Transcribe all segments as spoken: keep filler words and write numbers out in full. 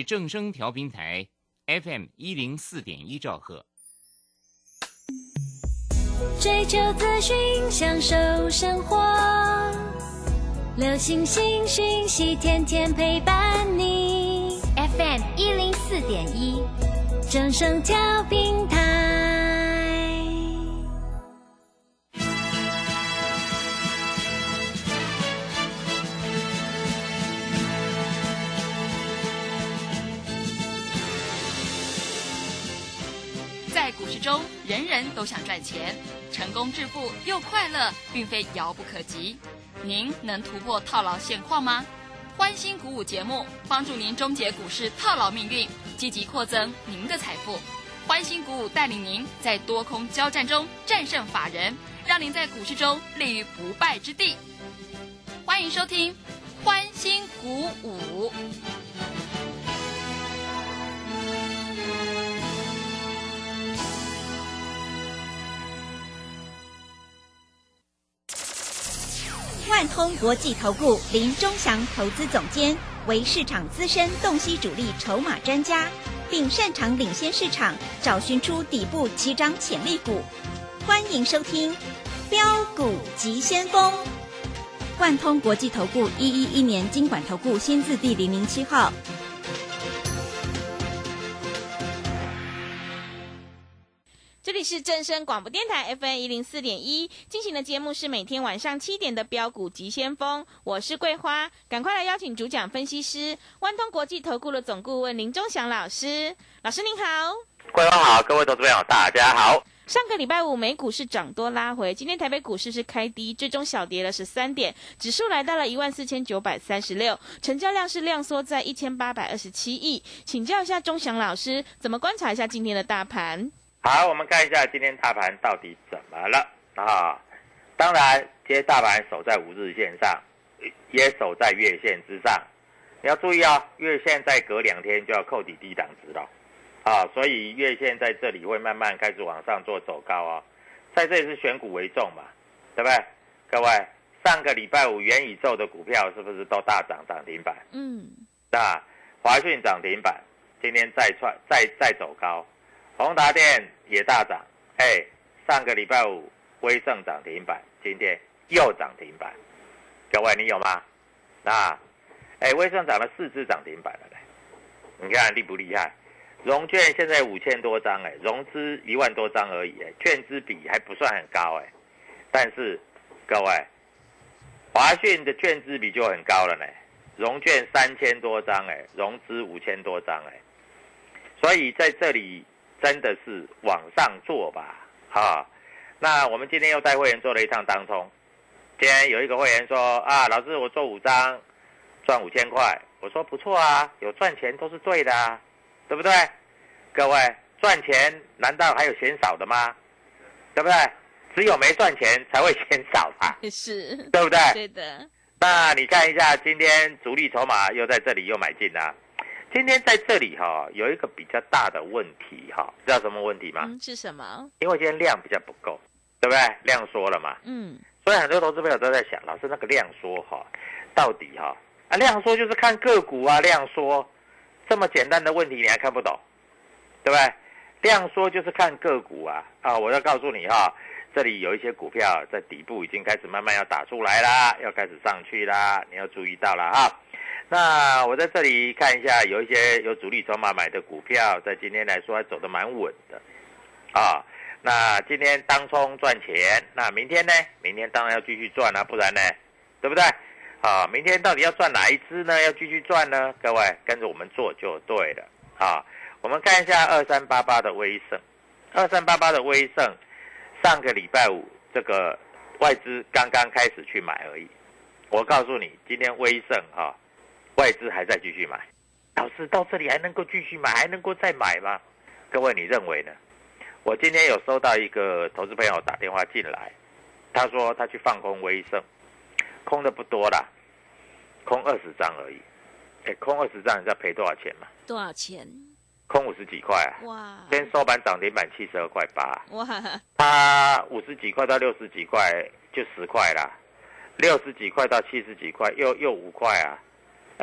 正声调频台 F M 一零四点一兆赫， 追求资讯，享受生活，流行新讯息，天天陪伴你。F M 一零四点一，正声调频台。 在股市中，人人都想赚钱，成功致富又快乐，并非遥不可及。您能突破套牢现况吗？欢欣鼓舞节目帮助您终结股市套牢命运，积极扩增您的财富。欢欣鼓舞带领您在多空交战中战胜法人，让您在股市中立于不败之地。欢迎收听欢欣鼓舞。 万通国际投顾林钟祥投资总监为市场资深洞悉主力筹码专家，并擅长领先市场，找寻出底部起涨潜力股。欢迎收听标股急先锋。万通国际投顾一一一年金管投顾新字第零零七号。 这里是正声广播电台 F M 一零四点一，进行的节目是每天晚上七点的标股急先锋，我是桂花，赶快来邀请主讲分析师万通国际投顾的总顾问林钟祥老师。老师您好。 桂花好，各位投资朋友大家好。 上个礼拜五美股是涨多拉回，今天台北股市是开低，最终小跌了十三点，指数来到了一万四千九百三十六，成交量是量缩在一千八百二十七亿。请教一下钟祥老师，怎么观察一下今天的大盘？ 好，我们看一下今天大盘到底怎么了啊？当然，今天大盘守在五日线上，也守在月线之上。你要注意啊，月线再隔两天就要扣抵低档值了啊，所以月线在这里会慢慢开始往上做走高啊。在这里是选股为重嘛，对不对？各位，上个礼拜五元宇宙的股票是不是都大涨涨停板？ 嗯， 那华讯涨停板，今天再创再再走高。宏达电也大涨，哎，上个礼拜五威盛涨停板，今天又涨停板，各位你有吗？那，哎，威盛涨了四只涨停板了嘞，你看厉不厉害？融券现在五千多张，哎，融资一万多张而已，哎，券资比还不算很高，哎，但是各位，华讯的券资比就很高了呢，融券三千多张，哎，融资五千多张，哎，所以在这里。真的是往上做吧，啊，那我们今天又带会员做了一趟当冲，今天有一个会员说啊，老师我做五张赚五千块，我说不错啊，有赚钱都是对的啊，对不对？各位赚钱难道还有嫌少的吗？对不对？只有没赚钱才会嫌少吧？ 是， 对不对？ 对的。 那你看一下，今天主力筹码又在这里又买进了。今天在这里哈、哦、有一个比较大的问题哈、哦，知道什么问题吗？ 嗯，是什么？ 因为今天量比较不够，对不对？量缩了嘛。 嗯。 所以很多投资朋友都在想，老师那个量缩哈、哦，到底哈、哦、啊量缩就是看个股啊，量缩这么简单的问题你还看不懂，对不对？量缩就是看个股啊啊！我要告诉你哈、哦，这里有一些股票在底部已经开始慢慢要打出来啦，要开始上去啦，你要注意到了哈。那我在这里看一下，有一些有主力筹码买的股票，在今天来说还走得蛮稳的，啊，那今天当冲赚钱，那明天呢？明天当然要继续赚啊，不然呢，对不对？啊，明天到底要赚哪一支呢？要继续赚呢？各位跟着我们做就对了啊。我们看一下二三八八的威盛，二三八八的威盛，上个礼拜五这个外资刚刚开始去买而已。我告诉你，今天威盛哈、啊。外资还在继续买，老师到这里还能够继续买，还能够再买吗？各位你认为呢？我今天有收到一个投资朋友打电话进来，他说他去放空威盛，空的不多啦，空二十张而已。哎，空二十张你知道赔多少钱吗？ 多少钱？ 空五十几块啊！ 哇！ 今天收盘涨停板七十二块八。 哇！ 他五十几块到六十几块就十块啦，六十几块到七十几块又又五块啊！哎，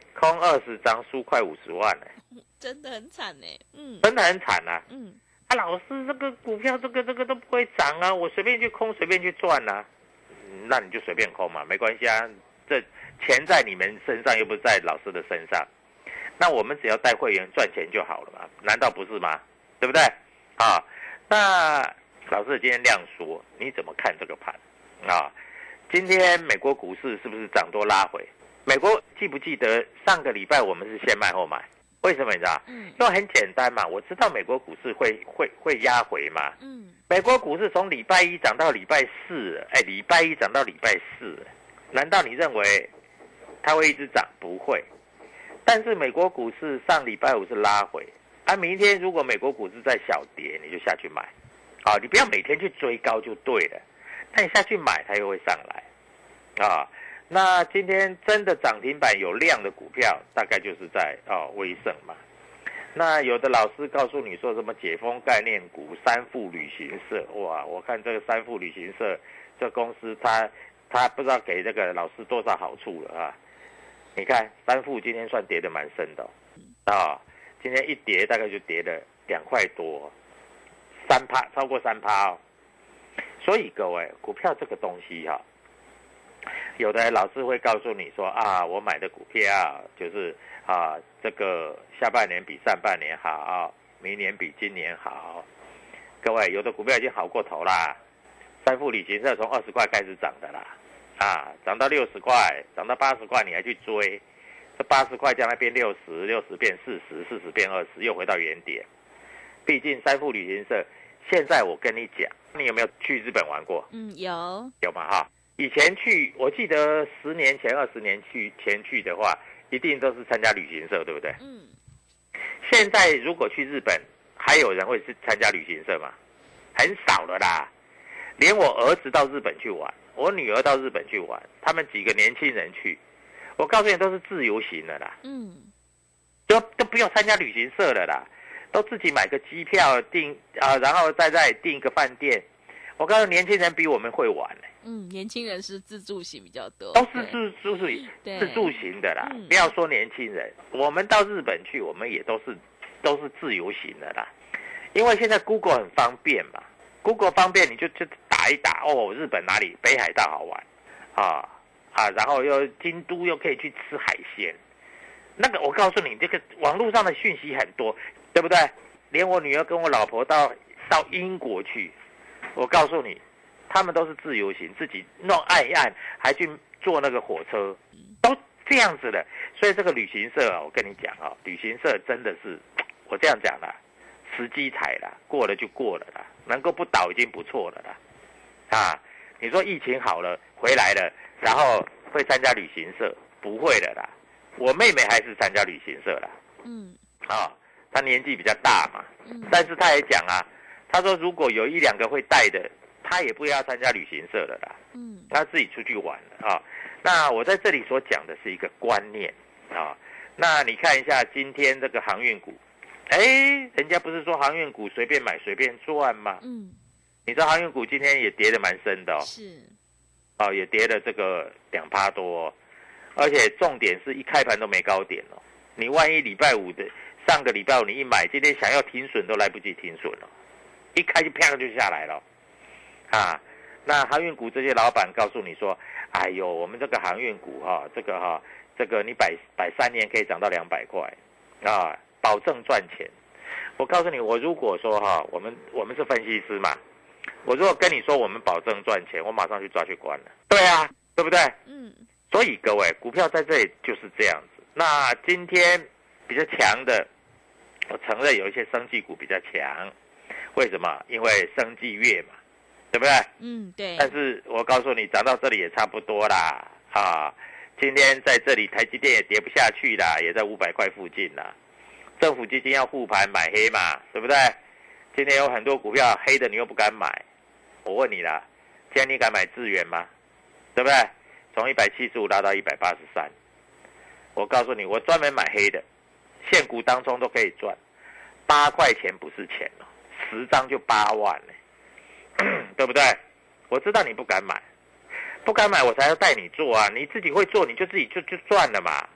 空二十张输快五十万呢、 欸，真的很惨呢、欸，嗯， 真的很惨啊， 嗯， 啊，老师这个股票这个这个都不会涨啊，我随便去空随便去赚啊，那你就随便空嘛，没关系啊，这钱在你们身上又不是在老师的身上，那我们只要带会员赚钱就好了嘛，难道不是吗？对不对？啊，那老师今天量缩，你怎么看这个盘啊？今天美国股市是不是涨多拉回？美国记不记得上个礼拜我们是先卖后买？为什么你知道？嗯，因为很简单嘛，我知道美国股市会会会压回嘛。嗯，美国股市从礼拜一涨到礼拜四，哎，礼拜一涨到礼拜四，难道你认为它会一直涨？不会。但是美国股市上礼拜五是拉回，啊，明天如果美国股市再小跌，你就下去买，啊，你不要每天去追高就对了。那你下去买，它又会上来，啊。那今天真的涨停板有量的股票，大概就是在哦威盛嘛。那有的老师告诉你说什么解封概念股、三富旅行社，哇，我看这个三富旅行社这公司他他不知道给这个老师多少好处了啊！你看三富今天算跌得蛮深的啊、哦，今天一跌大概就跌了两块多，三趴超过三趴哦。所以各位，股票这个东西哈、哦。有的老师会告诉你说啊，我买的股票就是啊，这个下半年比上半年好，明年比今年好。各位，有的股票已经好过头啦，三富旅行社从二十块开始涨的啦，啊，涨到六十块，涨到八十块，你还去追，这八十块将来变六十，六十变四十，四十变二十，又回到原点。毕竟三富旅行社，现在我跟你讲，你有没有去日本玩过？ 嗯，有， 有嘛哈。以前去，我记得十年前、二十年去前去的话，一定都是参加旅行社，对不对？嗯。现在如果去日本，还有人会是参加旅行社吗？很少了啦。连我儿子到日本去玩，我女儿到日本去玩，他们几个年轻人去，我告诉你都是自由行的啦。嗯。都都不用参加旅行社了啦，都自己买个机票订啊，然后再再订一个饭店。我告诉你，年轻人比我们会玩呢、欸。 嗯，年轻人是自助型比较多， 都是自自助自助型的啦。嗯、不要说年轻人，我们到日本去，我们也都是都是自由行的啦。因为现在 Google 很方便嘛 ，Google 方便，你就就打一打哦，日本哪里北海道好玩啊啊，然后又京都又可以去吃海鲜。那个我告诉你，这个网络上的讯息很多，对不对？连我女儿跟我老婆到到英国去，我告诉你。他们都是自由行，自己弄按一按，还去坐那个火车，都这样子的。所以这个旅行社啊，我跟你讲啊，旅行社真的是，我这样讲啦，时机踩啦，过了就过了啦，能够不倒已经不错了啦。啊，你说疫情好了回来了，然后会参加旅行社？不会的啦。我妹妹还是参加旅行社啦。嗯。啊，她年纪比较大嘛，嗯、但是她也讲啊，她说如果有一两个会带的。他也不要参加旅行社了啦，嗯，他自己出去玩了啊。那我在这里所讲的是一个观念啊。那你看一下今天这个航运股，哎，人家不是说航运股随便买随便赚吗？嗯，你知道航运股今天也跌得蛮深的哦，是，哦，也跌了这个两趴多、哦，而且重点是一开盘都没高点哦。你万一礼拜五的上个礼拜五你一买，今天想要停损都来不及停损了，一开就啪就下来了。啊，那航运股这些老板告诉你说，哎呦，我们这个航运股哈、啊，这个哈、啊，这个你摆摆三年可以涨到两百块，啊，保证赚钱。我告诉你，我如果说哈、啊，我们我们是分析师嘛，我如果跟你说我们保证赚钱，我马上去抓去关了。对啊，对不对？嗯。所以各位，股票在这里就是这样子。那今天比较强的，我承认有一些生技股比较强，为什么？因为生技月嘛。对不对？嗯，对。但是我告诉你，涨到这里也差不多啦，啊，今天在这里台积电也跌不下去啦，也在五百块附近啦。政府基金要护盘买黑嘛，对不对？今天有很多股票黑的你又不敢买，我问你啦，今天你敢买智原吗？对不对？从一百七十五拉到一百八十三，我告诉你，我专门买黑的，现股当中都可以赚，八块钱不是钱哦，十张就八万呢。对不对？我知道你不敢买，不敢买我才要带你做啊！你自己会做，你就自己就就赚了嘛，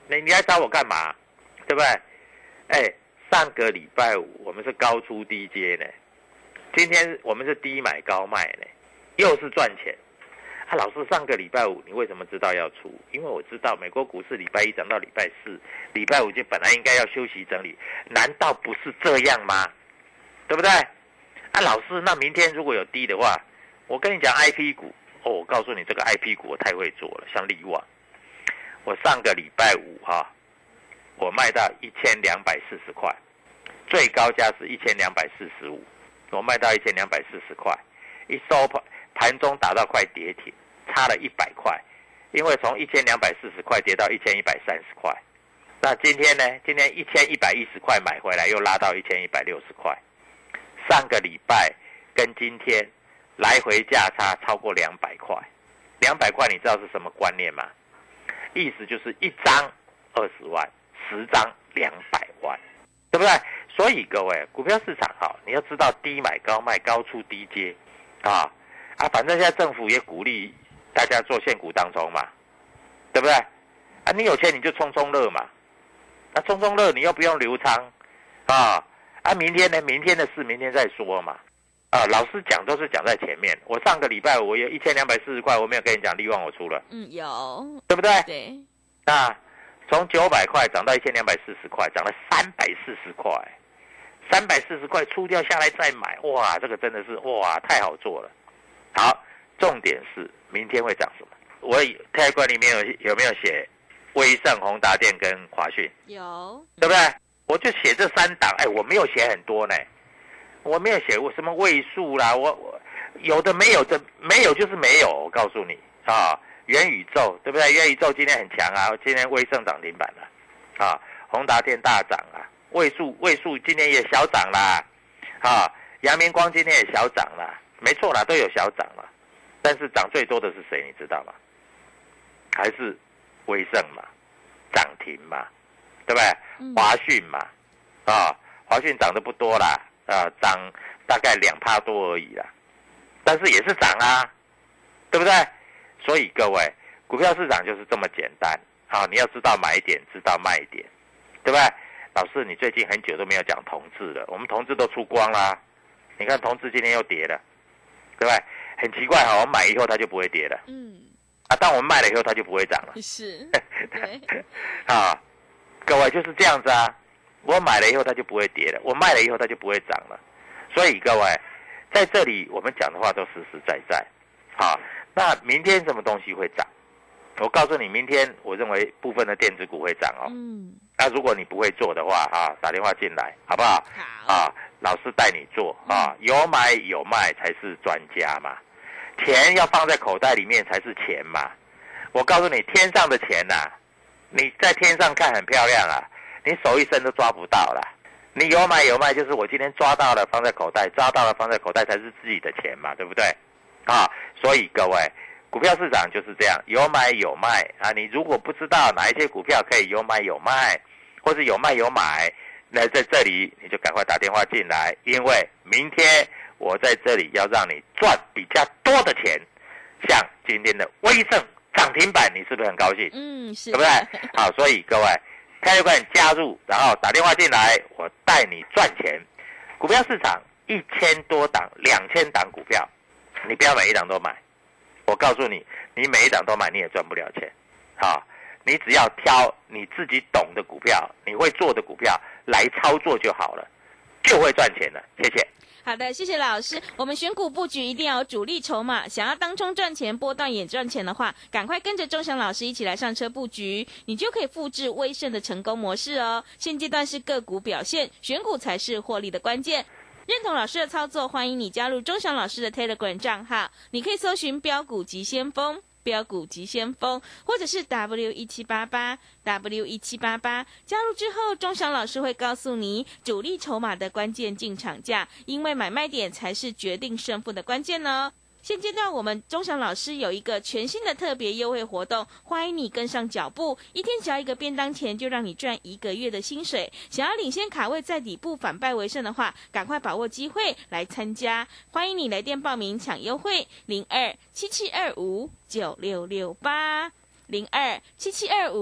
你你来找我干嘛？对不对？哎，上个礼拜五我们是高出低接呢，今天我们是低买高卖呢，又是赚钱。啊，老师，上个礼拜五你为什么知道要出？因为我知道美国股市礼拜一涨到礼拜四，礼拜五就本来应该要休息整理，难道不是这样吗？对不对？啊，老师，那明天如果有低的话，我跟你讲 I P 股哦，我告诉你这个 I P 股我太会做了，像力旺，我上个礼拜五哈、啊，我卖到一千两百四十块，最高价是一千两百四十五，我卖到一千两百四十块，一收盘。盘中打到快跌停，差了一百块，因为从一千两百四十块跌到一千一百三十块。那今天呢？今天一千一百一十块买回来，又拉到一千一百六十块。上个礼拜跟今天来回价差超过两百块，两百块你知道是什么观念吗？意思就是一张二十万，十张两百万，对不对？所以各位，股票市场哈，你要知道低买高卖，高出低接啊。啊，反正现在政府也鼓励大家做现股当冲嘛，对不对？啊，你有钱你就冲冲乐嘛，那冲冲乐你又不用留仓，啊啊，明天呢？明天的事明天再说嘛，啊，老师讲都是讲在前面。我上个礼拜我有一千两百四十块，我没有跟你讲利旺我出了， 嗯，有， 对不对？ 对， 那从九百块涨到一千两百四十块，涨了三百四十块，三百四十块出掉下来再买，哇，这个真的是哇太好做了。好，重点是明天会涨什么？我泰观里面有有没有写威盛、宏达电跟华讯？ 有， 对不对？我就写这三档，哎，我没有写很多呢，我没有写我什么位数啦，我我有的没有的没有就是没有，我告诉你啊，元宇宙对不对？元宇宙今天很强啊，今天威盛涨停板了，啊，宏达电大涨啊，位数位数今天也小涨啦，啊，阳明光今天也小涨啦。没错啦，都有小涨了，但是涨最多的是谁？你知道吗？还是威盛嘛，涨停嘛，对不对？华讯嘛，啊，华讯涨得不多啦，啊，涨大概两趴多而已啦，但是也是涨啊，对不对？所以各位，股票市场就是这么简单啊！你要知道买点，知道卖点，对不对？老师，你最近很久都没有讲同志了，我们同志都出光啦，你看同志今天又跌了。对不对？很奇怪哈、哦，我们买以后它就不会跌了。嗯。啊，当我们卖了以后，它就不会涨了。 是。对。 啊，各位就是这样子啊。我买了以后，它就不会跌了；我卖了以后，它就不会涨了。所以各位，在这里我们讲的话都实实在在。好，那明天什么东西会涨？我告诉你，明天我认为部分的电子股会涨哦。嗯。那如果你不会做的话，啊，打电话进来好不好？好。啊。老师带你做啊，有买有卖才是专家嘛，钱要放在口袋里面才是钱嘛。我告诉你，天上的钱呐、啊，你在天上看很漂亮啊，你手一伸都抓不到啦。你有买有卖，就是我今天抓到了放在口袋，抓到了放在口袋才是自己的钱嘛，对不对？啊，所以各位，股票市场就是这样，有买有卖啊。你如果不知道哪一些股票可以有买有卖，或是有卖有买。那在这里你就赶快打电话进来，因为明天我在这里要让你赚比较多的钱，像今天的威盛涨停板，你是不是很高兴？ 嗯，是， 对不对？好，所以各位开关加入，然后打电话进来，我带你赚钱。股票市场一千多档、两千档股票，你不要每一档都买。我告诉你，你每一档都买，你也赚不了钱。好。你只要挑你自己懂的股票，你会做的股票来操作就好了，就会赚钱了。谢谢。 好的，谢谢老师。我们选股布局一定要有主力筹码，想要当冲赚钱、波段也赚钱的话，赶快跟着钟祥老师一起来上车布局，你就可以复制威盛的成功模式哦。现阶段是个股表现，选股才是获利的关键。认同老师的操作，欢迎你加入钟祥老师的 Telegram 账号，你可以搜寻标股急先锋。标股急先锋，或者是 W 一七八八 W 一七八八，加入之后，钟祥老师会告诉你主力筹码的关键进场价，因为买卖点才是决定胜负的关键哦。现阶段我们钟祥老师有一个全新的特别优惠活动，欢迎你跟上脚步，一天只要一个便当钱就让你赚一个月的薪水。想要领先卡位在底部反败为胜的话，赶快把握机会来参加，欢迎你来电报名抢优惠零二七七二五九六六八零二七七二五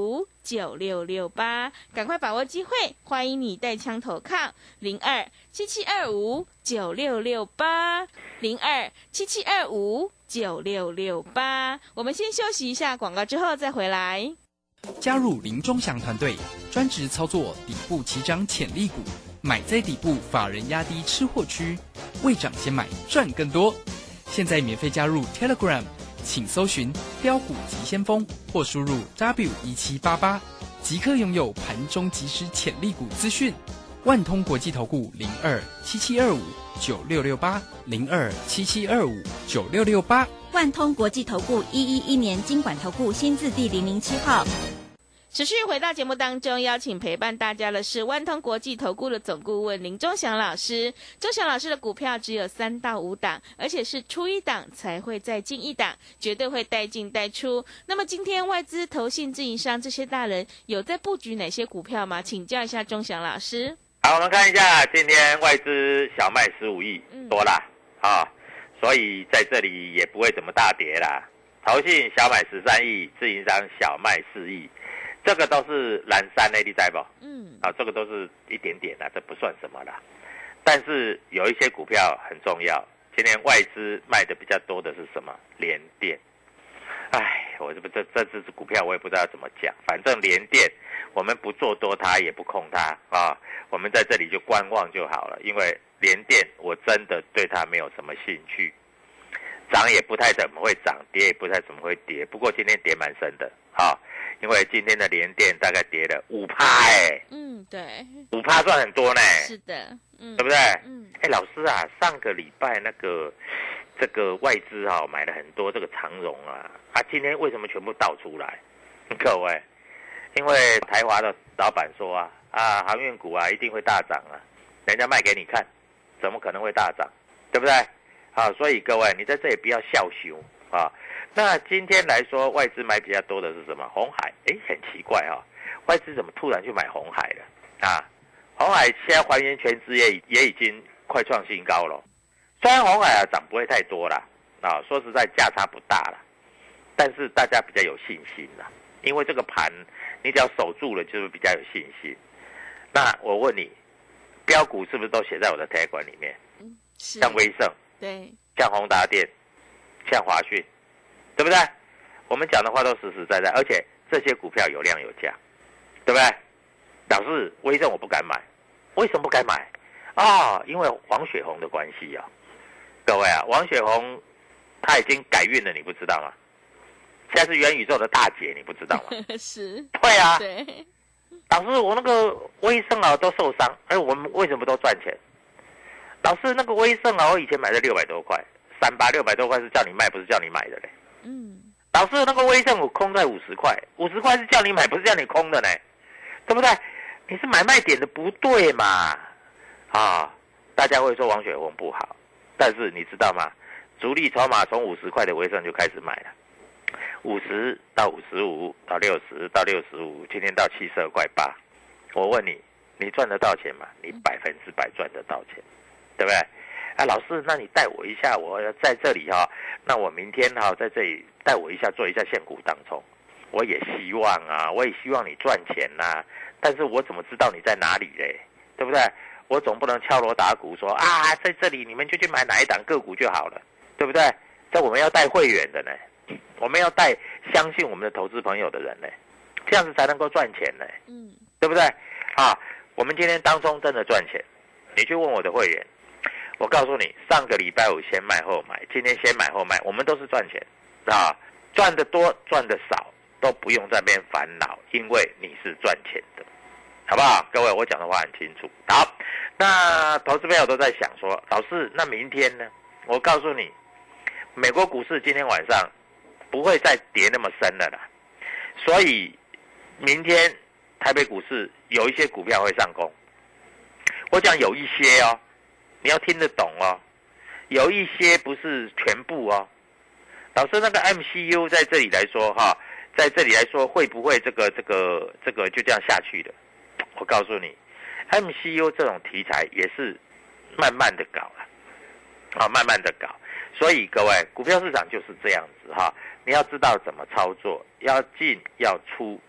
九六六八，赶快把握机会，欢迎你带枪投靠零二七七二五九六六八零二七七二五九六六八。我们先休息一下广告，之后再回来。 加入林钟祥团队，专职操作底部起涨潜力股，买在底部，法人压低吃货区，未涨先买赚更多。现在免费加入 Telegram， 请搜寻标股急先锋或输入 W 一七八八，即刻拥有盘中即时潜力股资讯。万通国际投顾零二七七二五九六六八零二七七二五九六六八。 万通国际投顾一一一年金管投顾新字第零零七号。 持续回到节目当中，邀请陪伴大家的是万通国际投顾的总顾问林钟祥老师。钟祥老师的股票只有三到五档，而且是出一档才会再进一档，绝对会带进带出。那么今天外资、投信、自营商这些大人有在布局哪些股票吗？请教一下钟祥老师。 好，我们看一下今天外资小卖十五亿，多啦啊、哦，所以在这里也不会怎么大跌啦。投信小买十三亿，自营商小卖四亿。这个都是蓝山的，你知不？嗯，啊，这个都是一点点啦，这不算什么啦。但是有一些股票很重要，今天外资卖的比较多的是什么？联电。哎，我这不这这只股票我也不知道怎么讲，反正联电我们不做多它，也不空它啊，我们在这里就观望就好了。因为联电我真的对它没有什么兴趣，涨也不太怎么会涨，跌也不太怎么会跌。不过今天跌蛮深的啊。因为今天的联电大概跌了五趴，哎， 嗯，对， 五趴算很多呢， 是的，嗯， 对不对？ 嗯， 哎，老师啊，上个礼拜那个这个外资啊买了很多这个长荣啊，啊，今天为什么全部倒出来？各位，因为台华的老板说啊，啊，航运股啊一定会大涨啊，人家卖给你看，怎么可能会大涨？对不对？好，所以各位，你在这里不要笑熊啊。那今天来说，外资买比较多的是什么？鸿海，哎，很奇怪啊、哦，外资怎么突然去买鸿海了？啊，鸿海现在还原全资也也已经快创新高了。虽然鸿海啊涨不会太多啦，啊，说实在价差不大啦，但是大家比较有信心啦，因为这个盘你只要守住了，就是比较有信心。那我问你，标股是不是都写在我的 Telegram 里面？ 嗯，是。 像威盛， 对， 像宏达电，像华讯。对不对？我们讲的话都实实在在，而且这些股票有量有价，对不对？老师，威盛我不敢买，为什么不敢买？啊、哦，因为王雪红的关系啊。各位啊，王雪红她已经改运了，你不知道吗？现在是元宇宙的大姐，你不知道吗？ 是。 对啊。 对。 老师，我那个威盛啊都受伤，哎，我们为什么都赚钱？老师，那个威盛啊，我以前买了六百多块，三八六百多块是叫你卖，不是叫你买的嘞。 嗯， 老师，那个威盛我空在五十块，五十块是叫你买，不是叫你空的呢，对不对？你是买卖点的不对嘛？啊，大家会说王雪红不好，但是你知道吗？主力筹码从五十块的威盛就开始买了，五十到五十五到六十到六十五，今天到七十二块八。我问你，你赚得到钱吗？你百分之百赚得到钱，对不对？啊，老师，那你带我一下，我要在这里哈、哦，那我明天哈、哦、在这里带我一下，做一下现股当冲。我也希望啊，我也希望你赚钱呐、啊，但是我怎么知道你在哪里嘞？对不对？我总不能敲锣打鼓说啊，在这里你们就去买哪一档个股就好了，对不对？这我们要带会员的呢，我们要带相信我们的投资朋友的人呢，这样子才能够赚钱呢，嗯，对不对？啊，我们今天当冲真的赚钱，你去问我的会员。我告诉你，上个礼拜五先卖后买，今天先买后卖，我们都是赚钱啊，赚得多赚得少都不用在那边烦恼，因为你是赚钱的，好不好？各位，我讲的话很清楚。好，那投资朋友都在想说，老师，那明天呢？我告诉你，美国股市今天晚上不会再跌那么深了啦，所以明天台北股市有一些股票会上攻，我讲有一些哦。你要听得懂哦，有一些不是全部哦。老师，那个 M C U 在这里来说哈，在这里来说会不会这个这个这个就这样下去的？我告诉你 ，M C U 这种题材也是慢慢的搞了，啊，慢慢的搞。所以各位，股票市场就是这样子哈，你要知道怎么操作，要进要出，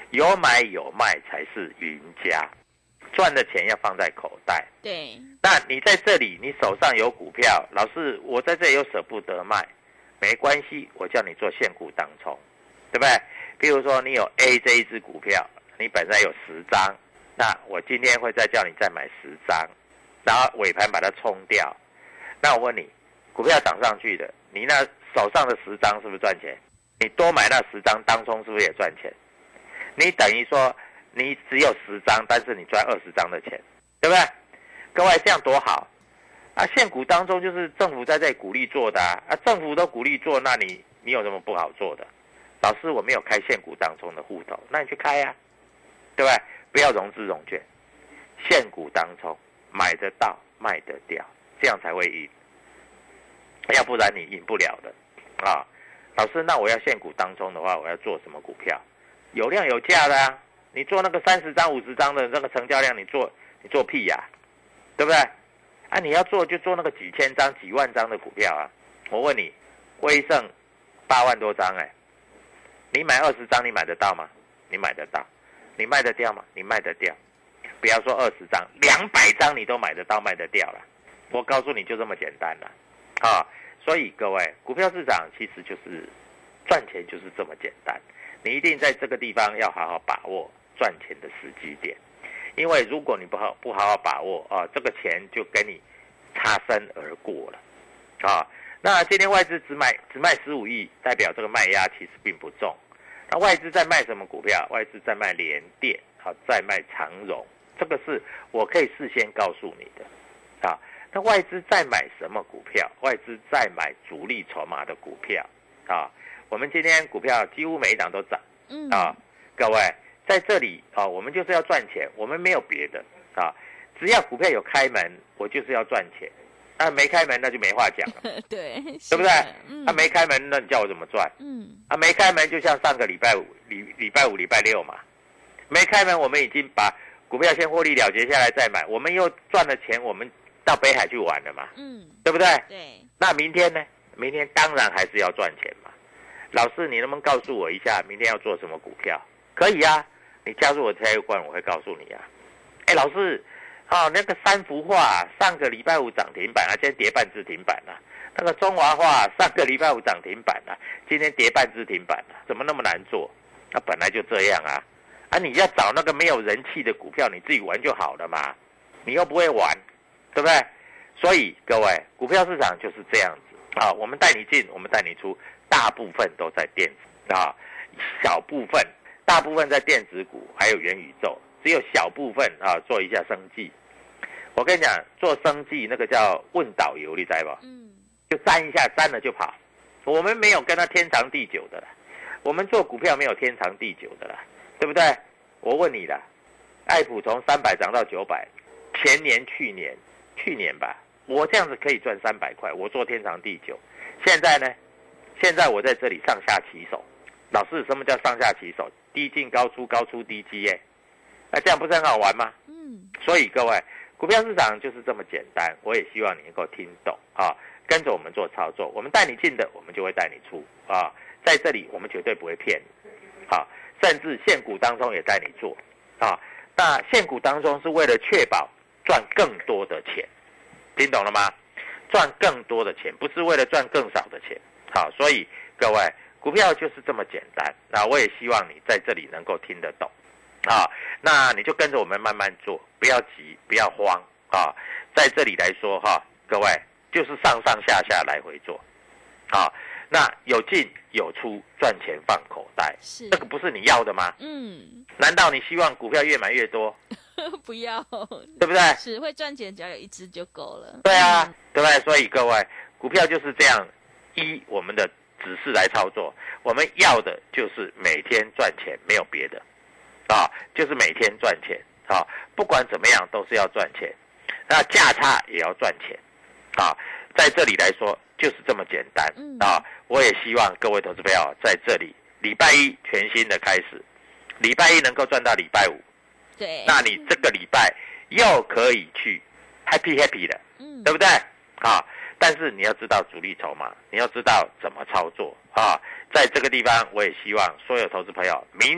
有买有卖才是赢家，赚的钱要放在口袋。 对， 那你在这里，你手上有股票，老师我在这里又舍不得卖，没关系，我叫你做现股当冲，对不对？比如说你有 A 这一只股票，你本身有十张，那我今天会再叫你再买十张，然后尾盘把它冲掉。那我问你，股票涨上去的，你那手上的十张是不是赚钱？你多买那十张当冲是不是也赚钱？你等于说你只有十张，但是你赚二十张的钱，对不对？各位这样多好啊！现股当中就是政府在这里鼓励做的啊，啊政府都鼓励做，那你你有什么不好做的？老师我没有开现股当中的户头，那你去开啊，对不对？不要融资融券，现股当中买得到卖得掉，这样才会赢，要不然你赢不了的啊。老师，那我要现股当中的话，我要做什么股票？有量有价的啊！你做那个三十张、五十张的那个成交量，你做你做屁呀、啊，对不对？啊，你要做就做那个几千张、几万张的股票啊！我问你，威盛八万多张哎、欸，你买二十张，你买得到吗？你买得到，你卖得掉吗？你卖得掉。不要说二十张，两百张你都买得到、卖得掉了。我告诉你，就这么简单了啊！所以各位，股票市场其实就是赚钱，就是这么简单。你一定在这个地方要好好把握赚钱的时机点，因为如果你不好不好好把握啊，这个钱就跟你擦身而过了啊。那今天外资只买只卖十五亿，代表这个卖压其实并不重。那外资在卖什么股票？外资在卖联电，好，在卖长荣，这个是我可以事先告诉你的啊。那外资在买什么股票？外资在买主力筹码的股票啊。我们今天股票几乎每一档都涨，嗯啊，各位在这里啊，我们就是要赚钱，我们没有别的啊。只要股票有开门，我就是要赚钱。啊，没开门那就没话讲了， 对， 对不对？ 嗯、 啊，没开门，那你叫我怎么赚？ 嗯， 啊，没开门就像上个礼拜五、礼礼拜五、礼拜六嘛，没开门，我们已经把股票先获利了结下来再买，我们又赚了钱，我们到北海去玩了嘛，嗯，对不对？ 对。 那明天呢？明天当然还是要赚钱嘛。老师，你能不能告诉我一下，明天要做什么股票？可以啊，你加入我的财管，我会告诉你啊。哎，老师。哦，那个三幅画上个礼拜五涨停板啊，今天跌半只停板啊。那个中华画上个礼拜五涨停板啊，今天跌半只停板啊，怎么那么难做？那本来就这样啊。啊，你要找那个没有人气的股票，你自己玩就好了嘛。你又不会玩，对不对？所以各位，股票市场就是这样子啊。我们带你进，我们带你出，大部分都在电子啊，小部分，大部分在电子股还有元宇宙。只有小部分啊，做一下生技。我跟你讲，做生技那个叫问导游，你知道不？嗯，就沾一下，沾了就跑。我们没有跟他天长地久的啦，我们做股票没有天长地久的啦，对不对？我问你啦，爱普从三百涨到九百，前年、去年、去年吧，我这样子可以赚三百块，我做天长地久。现在呢？现在我在这里上下其手。老师，什么叫上下其手？低进高出，高出低基耶。那这样不是很好玩吗？嗯，所以各位，股票市场就是这么简单。我也希望你能够听懂啊，跟着我们做操作。我们带你进的，我们就会带你出啊。在这里，我们绝对不会骗你啊，甚至现股当中也带你做啊。那现股当中是为了确保赚更多的钱，听懂了吗？赚更多的钱，不是为了赚更少的钱。好，所以各位，股票就是这么简单。那我也希望你在这里能够听得懂。啊，那你就跟着我们慢慢做，不要急，不要慌啊！在这里来说哈，各位就是上上下下来回做，啊，那有进有出，赚钱放口袋，是这个不是你要的吗？嗯，难道你希望股票越买越多？ 不要， 对不对？ 是会赚钱，只要有一只就够了。 对啊，嗯、对不对？所以各位，股票就是这样，依我们的指示来操作，我们要的就是每天赚钱，没有别的。啊，就是每天赚钱啊，不管怎么样都是要赚钱，那价差也要赚钱啊，在这里来说就是这么简单啊。我也希望各位投资朋友在这里礼拜一全新的开始，礼拜一能够赚到礼拜五，对，那你这个礼拜又可以去 happy happy 的，嗯，对不对啊？但是你要知道主力筹码，你要知道怎么操作啊。在这个地方，我也希望所有投资朋友明天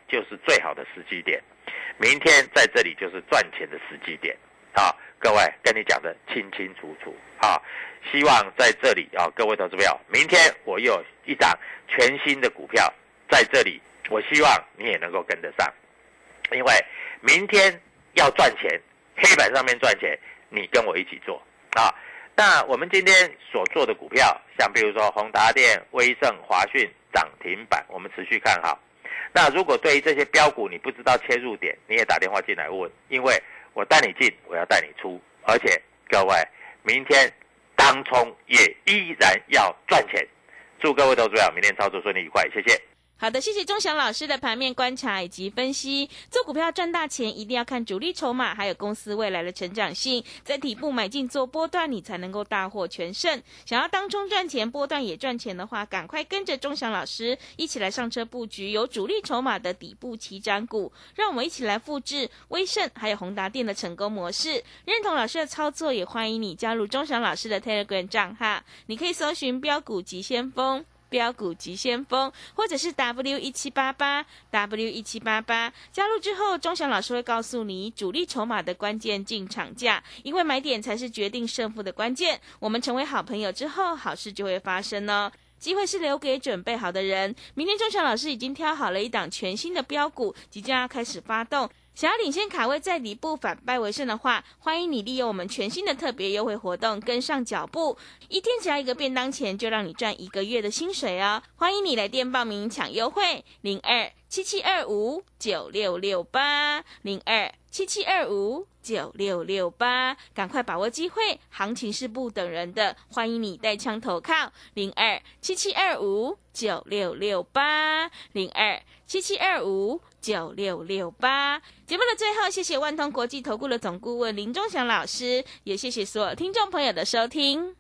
就是最好的时机点，明天在这里就是赚钱的时机点。好，各位跟你讲的清清楚楚。好，希望在这里啊，各位投资朋友，明天我又有一档全新的股票在这里，我希望你也能够跟得上，因为明天要赚钱，黑板上面赚钱，你跟我一起做啊。那我们今天所做的股票，像比如说宏达电、威盛、华讯涨停板，我们持续看好。那如果对于这些标股你不知道切入点，你也打电话进来问，因为我带你进，我要带你出，而且各位明天当冲也依然要赚钱。祝各位投资者明天操作顺利愉快，谢谢。 好的，谢谢钟祥老师的盘面观察以及分析。做股票赚大钱，一定要看主力筹码，还有公司未来的成长性，在底部买进做波段，你才能够大获全胜。想要当冲赚钱，波段也赚钱的话，赶快跟着钟祥老师一起来上车布局有主力筹码的底部起涨股，让我们一起来复制威盛还有宏达电的成功模式。认同老师的操作，也欢迎你加入钟祥老师的 Telegram 账号，你可以搜寻标股急先锋。标股急先锋，或者是 W 一七八八 W 一七八八， 加入之后，钟祥老师会告诉你主力筹码的关键进场价，因为买点才是决定胜负的关键。我们成为好朋友之后，好事就会发生哦。机会是留给准备好的人。明天钟祥老师已经挑好了一档全新的标股，即将要开始发动。想要领先卡位在底部反败为胜的话，欢迎你利用我们全新的特别优惠活动跟上脚步，一天只要一个便当钱，就让你赚一个月的薪水哦！欢迎你来电报名抢优惠，零二七七二五九六六八零二七七二五九六六八，赶快把握机会，行情是不等人的，欢迎你带枪投靠零二七七二五九六六八零二七七二五九六六八。节目的最后，谢谢万通国际投顾的总顾问林钟祥老师，也谢谢所有听众朋友的收听。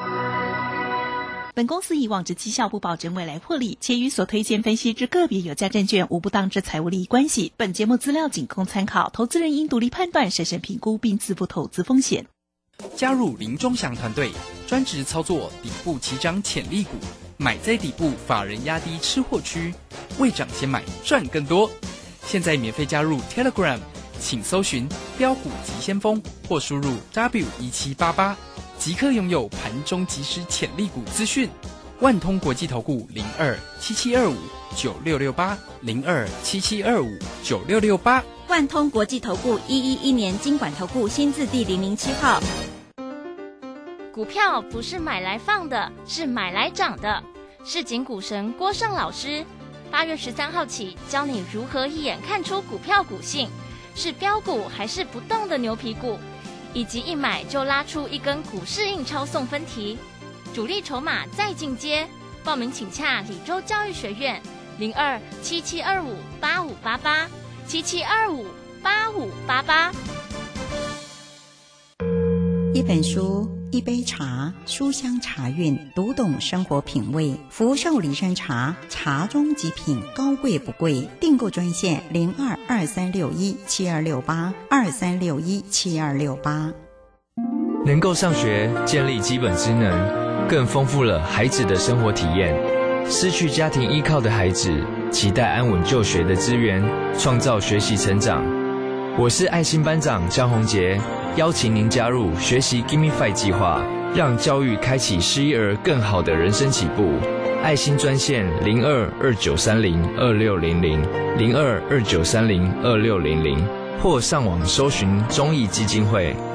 本公司以往之绩效不保证未来获利，且与所推荐分析之个别有价证券无不当之财务利益关系。本节目资料仅供参考，投资人应独立判断、审慎评估并自负投资风险。 加入林钟祥团队，专职操作底部起涨潜力股，买在底部，法人压低吃货区，未涨先买赚更多。现在免费加入 Telegram， 请搜寻标股急先锋或输入 W 一七八八，即刻拥有盘中即时潜力股资讯。万通国际投顾零二七七二五九六六八零二七七二五九六六八。 万通国际投顾一一一年金管投顾新字第零零七号。 股票不是买来放的，是买来涨的。市井股神郭胜老师，八月十三号起教你如何一眼看出股票股性，是标股还是不动的牛皮股，以及一买就拉出一根股市印钞送分题，主力筹码再进阶。报名请洽李州教育学院零二七七二五八五八八七七二五八五八八。 一本书，一杯茶，书香茶韵，读懂生活品味。福寿梨山茶，茶中极品，高贵不贵。订购专线零二二三六一七二六八二三六一七二六八。 能够上学，建立基本职能，更丰富了孩子的生活体验。失去家庭依靠的孩子，期待安稳就学的资源，创造学习成长。我是爱心班长江宏杰，邀请您加入学习 Give Me Five 计划，让教育开启失依儿更好的人生起步。爱心专线零二二九三零二六零零零二二九三零二六零零，或上网搜寻忠义基金会。